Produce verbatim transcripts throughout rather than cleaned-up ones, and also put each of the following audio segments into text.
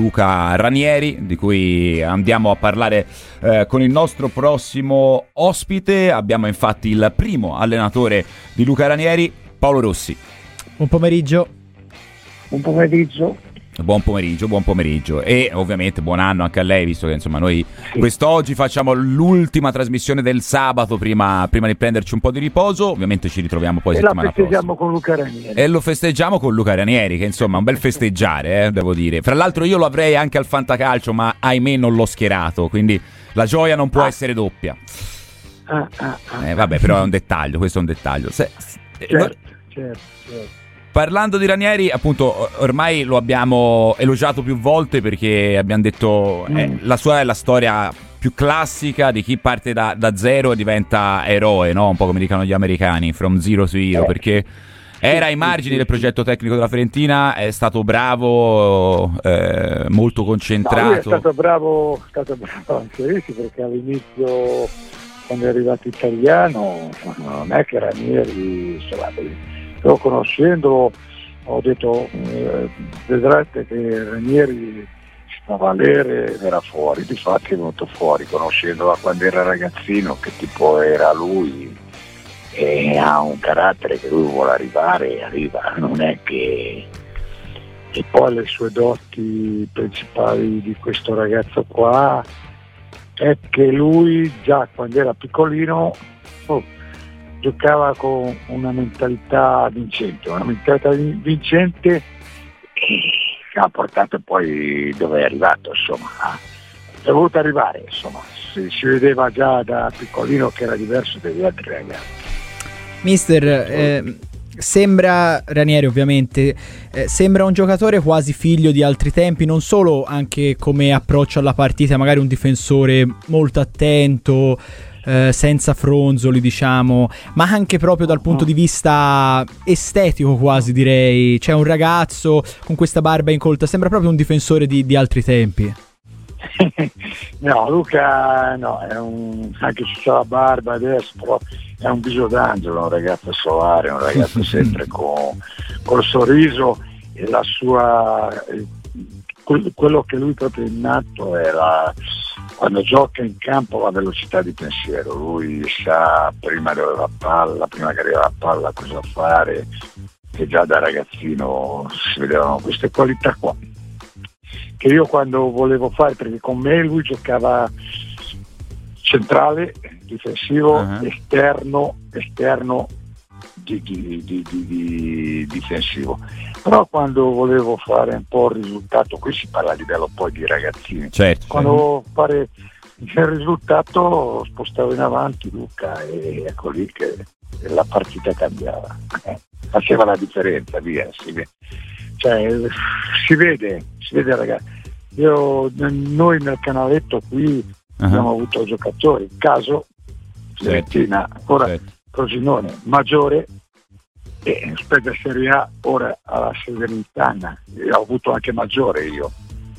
Luca Ranieri, di cui andiamo a parlare eh, con il nostro prossimo ospite. Abbiamo infatti il primo allenatore di Luca Ranieri, Paolo Rossi. Buon pomeriggio. Buon pomeriggio. Buon pomeriggio, buon pomeriggio e ovviamente buon anno anche a lei, visto che insomma noi sì. quest'oggi facciamo l'ultima trasmissione del sabato prima, prima di prenderci un po' di riposo. Ovviamente ci ritroviamo poi e settimana prossima. E lo festeggiamo con Luca Ranieri. E lo festeggiamo con Luca Ranieri, che insomma è un bel festeggiare, eh, devo dire. Fra l'altro io lo avrei anche al Fantacalcio, ma ahimè non l'ho schierato, quindi la gioia non può ah. essere doppia. Ah, ah, ah. Eh, vabbè, però è un dettaglio, questo è un dettaglio. Se, certo, no, certo, certo. Parlando di Ranieri, appunto, ormai lo abbiamo elogiato più volte perché abbiamo detto mm. eh, la sua è la storia più classica di chi parte da, da zero e diventa eroe, no? Un po' come dicono gli americani, from zero to hero, eh. perché era ai margini del progetto tecnico della Fiorentina, è stato bravo, eh, molto concentrato. No, lui è stato bravo, è stato bravo anche Ricci, perché all'inizio, quando è arrivato italiano, non è che Ranieri, insomma, però conoscendolo ho detto eh, vedrete che Ranieri stava a valere, era fuori, difatti è venuto fuori, conoscendolo quando era ragazzino, che tipo era lui, e ha un carattere che lui vuole arrivare, arriva, non è che... E poi le sue doti principali di questo ragazzo qua è che lui già quando era piccolino oh, giocava con una mentalità vincente, una mentalità vincente che ha portato poi dove è arrivato, insomma, è voluto arrivare, insomma, si, si vedeva già da piccolino che era diverso dagli altri ragazzi. Mister, eh, sembra, Ranieri ovviamente, eh, sembra un giocatore quasi figlio di altri tempi, non solo anche come approccio alla partita, magari un difensore molto attento, Eh, senza fronzoli, diciamo, ma anche proprio dal punto di vista estetico, quasi direi. C'è un ragazzo con questa barba incolta, sembra proprio un difensore di, di altri tempi. No, Luca no, è un, anche se c'ha la barba adesso, però è un viso d'angelo, un ragazzo solare, un ragazzo sempre con col sorriso, e la sua eh, quello che lui proprio è nato era quando gioca in campo la velocità di pensiero, lui sa prima dove va la palla, prima che arriva la palla cosa fare, che già da ragazzino si vedevano queste qualità qua che io quando volevo fare, perché con me lui giocava centrale, difensivo, uh-huh. esterno, esterno di, di, di, di, di difensivo, però quando volevo fare un po' il risultato, qui si parla a livello poi di ragazzini, certo, quando volevo fare il risultato spostavo in avanti Luca e ecco lì che la partita cambiava, eh, faceva la differenza, via, si vede, cioè, si vede, si vede ragazzi. Io, noi nel canaletto qui uh-huh. abbiamo avuto giocatori, caso Fiorentina, certo. ora certo. Frosinone, Maggiore, e aspetta Serie A, ora alla Salernitana, e ho avuto anche Maggiore io,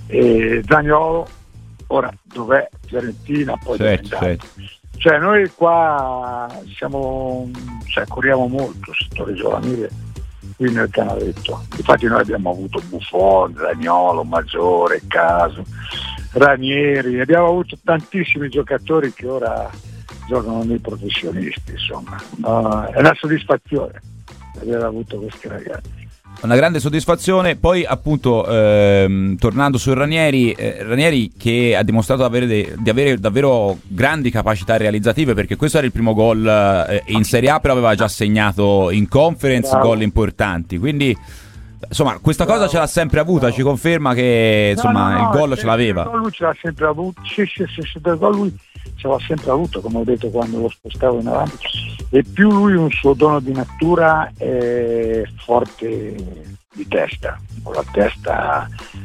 e Zaniolo, ora dov'è? Fiorentina, poi certo, certo. Cioè noi qua siamo, cioè corriamo molto sotto le giovanili qui nel canaletto, infatti noi abbiamo avuto Buffon, Zaniolo, Maggiore, Caso, Ranieri, abbiamo avuto tantissimi giocatori che ora giocano nei professionisti, insomma, no, è una soddisfazione aver avuto questi ragazzi. Una grande soddisfazione. Poi appunto ehm, tornando su Ranieri, eh, Ranieri che ha dimostrato avere de- di avere davvero grandi capacità realizzative, perché questo era il primo gol eh, in Serie A, però aveva già segnato in Conference Bravo. gol importanti, quindi insomma questa Bravo. cosa ce l'ha sempre avuta. Bravo. Ci conferma che insomma no, no, no, il gol ce l'aveva. Il lui ce l'ha sempre avuto, sì, sì, sì, sì, il gol lui ce l'ha sempre avuto, come ho detto quando lo spostavo in avanti, e più lui un suo dono di natura è forte di testa, con la testa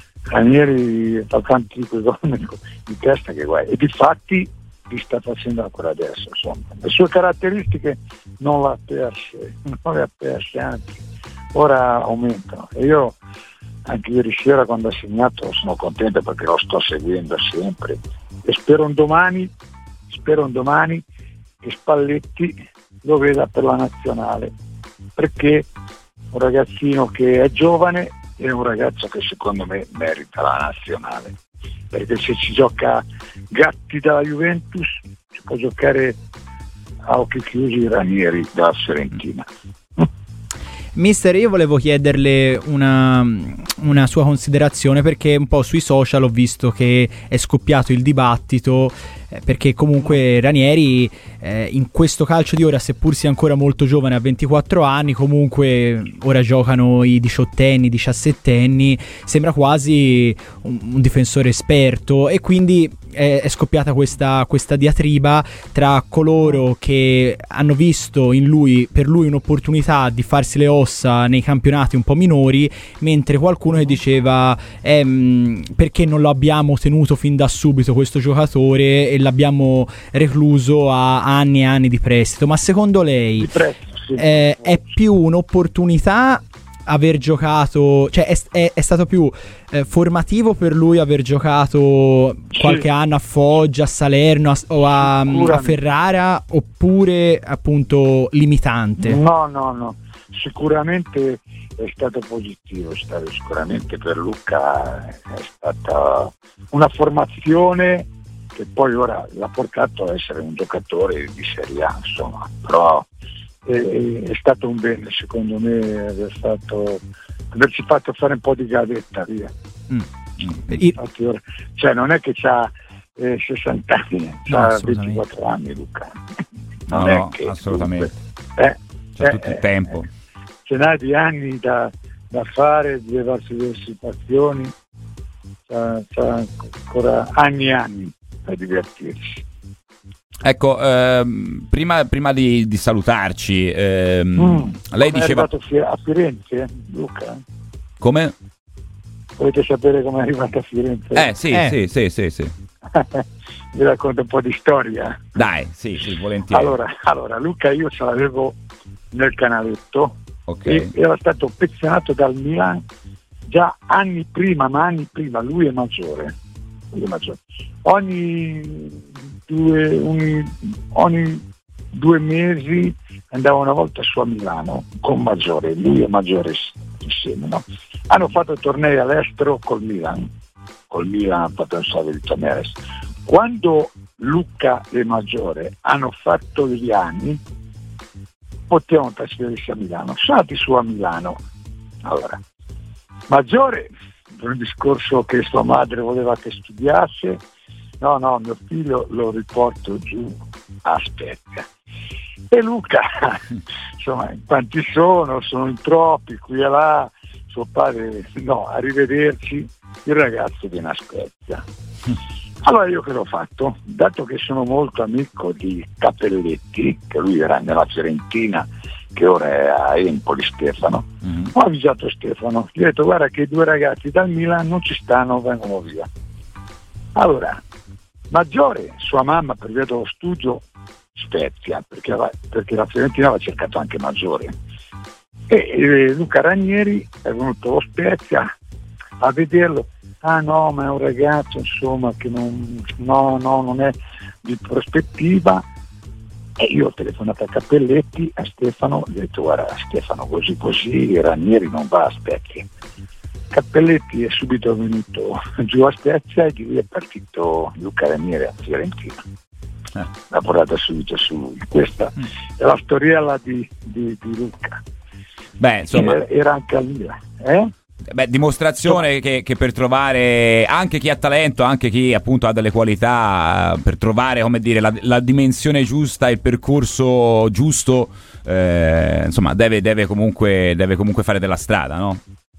Ranieri fa tanti di quei gol di testa che guai, e difatti li sta facendo ancora adesso, insomma le sue caratteristiche non le ha perse, non le ha perse, anzi ora aumentano, e io anche ieri sera quando ha segnato sono contento perché lo sto seguendo sempre, e spero un domani spero un domani che Spalletti lo veda per la nazionale, perché un ragazzino che è giovane è un ragazzo che secondo me merita la nazionale, perché se ci gioca Gatti dalla Juventus ci può giocare a occhi chiusi Ranieri dalla Fiorentina. Mister, io volevo chiederle una, una sua considerazione, perché un po' sui social ho visto che è scoppiato il dibattito, eh, perché comunque Ranieri eh, in questo calcio di ora, seppur sia ancora molto giovane, a ventiquattro anni, comunque ora giocano i diciottenni, diciassettenni, sembra quasi un, un difensore esperto, e quindi è, è scoppiata questa, questa diatriba tra coloro che hanno visto in lui, per lui, un'opportunità di farsi le ossa nei campionati un po' minori, mentre qualcuno che diceva ehm, perché non lo abbiamo tenuto fin da subito questo giocatore e l'abbiamo recluso a anni e anni di prestito. Ma secondo lei prestito, sì. eh, è più un'opportunità aver giocato, cioè è, è, è stato più eh, formativo per lui aver giocato qualche sì. anno a Foggia, a Salerno a, o a, a Ferrara, oppure appunto limitante? No, no, no, sicuramente è stato positivo, è stato, sicuramente per Luca è stata una formazione che poi ora l'ha portato a essere un giocatore di Serie A, insomma, però è, è stato un bene secondo me aver fatto, averci fatto fare un po' di gavetta, via. Mm. Infatti ora, cioè non è che c'ha eh, sessanta anni, c'ha no, ventiquattro anni Luca. Non no, è no, che assolutamente. Eh, c'è eh, tutto il eh, tempo. Eh, ce n'hai di anni da, da fare, di levarsi delle situazioni, c'ha, c'ha ancora anni e anni per divertirsi. Ecco, ehm, prima, prima di, di salutarci, ehm, mm, lei come diceva... è arrivato a Firenze, Luca? Come? Volete sapere come è arrivato a Firenze? Eh sì, eh. sì, sì, sì, sì. Vi racconto un po' di storia. Dai, sì, sì, volentieri. Allora, allora Luca io ce l'avevo nel canaletto, okay. E era stato pezzionato dal Milan già anni prima, ma anni prima, lui è maggiore. Lui è maggiore. Ogni due, ogni, ogni due mesi andava una volta su a Milano con Maggiore, lui e Maggiore insieme, no? Hanno fatto tornei all'estero col Milan, col Milan hanno fatto un salvo di tornei all'estero. Quando Luca e Maggiore hanno fatto gli anni, potevano trasferirsi a Milano, sono andati su a Milano. Allora, Maggiore, per un discorso che sua madre voleva che studiasse, no, no, mio figlio lo riporto giù a Spezia. E Luca, insomma, quanti sono? Sono in troppi, qui e là, suo padre, no, arrivederci, il ragazzo viene a Spezia. Allora io che l'ho fatto? Dato che sono molto amico di Cappelletti, che lui era nella Fiorentina, che ora è a Empoli, Stefano, mm-hmm. ho avvisato Stefano, gli ho detto guarda che i due ragazzi dal Milan non ci stanno, vengono via. Allora, Maggiore, sua mamma per via dello studio, Spezia, perché, la, perché la Fiorentina aveva cercato anche Maggiore. E, e Luca Ranieri è venuto allo Spezia a vederlo. Ah no, ma è un ragazzo insomma che non, no, no, non è di prospettiva. E io ho telefonato a Cappelletti, a Stefano, gli ho detto guarda Stefano, così così Ranieri non va a Spezia. Cappelletti è subito venuto giù a Spezia e di lì è partito Luca Ranieri a Fiorentina. Eh. L'ha portata subito su lui. Questa mm. è la storiella di, di, di Luca. Beh, insomma, era, era anche al Milan, eh? Beh, dimostrazione che, che per trovare anche chi ha talento, anche chi appunto ha delle qualità, per trovare, come dire, la, la dimensione giusta, il percorso giusto, eh, insomma, deve, deve, comunque, deve comunque fare della strada, no?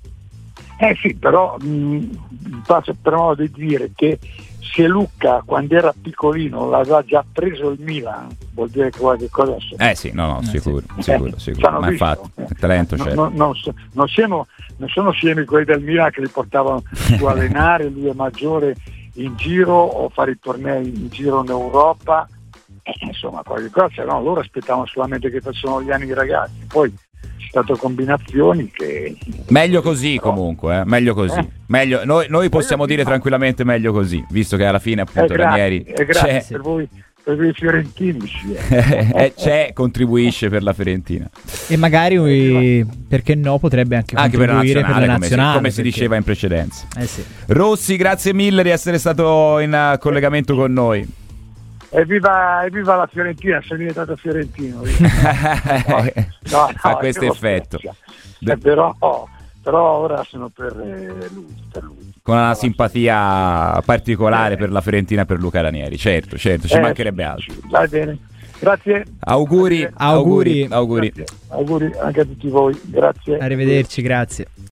Eh sì, però mh, passo per modo di dire che se Luca quando era piccolino l'aveva già preso il Milan, vuol dire che qualche cosa so. Eh sì, no, no, sicuro, eh, sicuro, eh, sicuro. Ma infatti, il talento c'è. No, no, no, non, siamo, non sono scemi quelli del Milan che li portavano su a allenare, lui è Maggiore in giro o fare i tornei in giro in Europa, eh, insomma qualche cosa, no, loro aspettavano solamente che facevano gli anni i ragazzi, poi c'è stato combinazioni che... Meglio così però, comunque, eh? meglio così. Eh? Meglio, noi, noi possiamo meglio dire tranquillamente meglio così, visto che alla fine appunto eh, Ranieri... Eh, grazie, per voi, per i fiorentini sì, eh. eh, c'è, contribuisce per la Fiorentina. E magari, perché no, potrebbe anche, anche contribuire per la nazionale, per la nazionale come si, come si perché... diceva in precedenza. Eh sì. Rossi, grazie mille di essere stato in uh, collegamento con noi. Evviva, evviva la Fiorentina, sono diventato fiorentino. no, no, fa questo effetto. Eh, però, però ora sono per lui, per lui. Con una simpatia particolare eh. per la Fiorentina e per Luca Ranieri, certo, certo, ci eh, mancherebbe altro. Va bene, grazie. Auguri, grazie. auguri, auguri, grazie. Auguri anche a tutti voi, grazie. Arrivederci, grazie.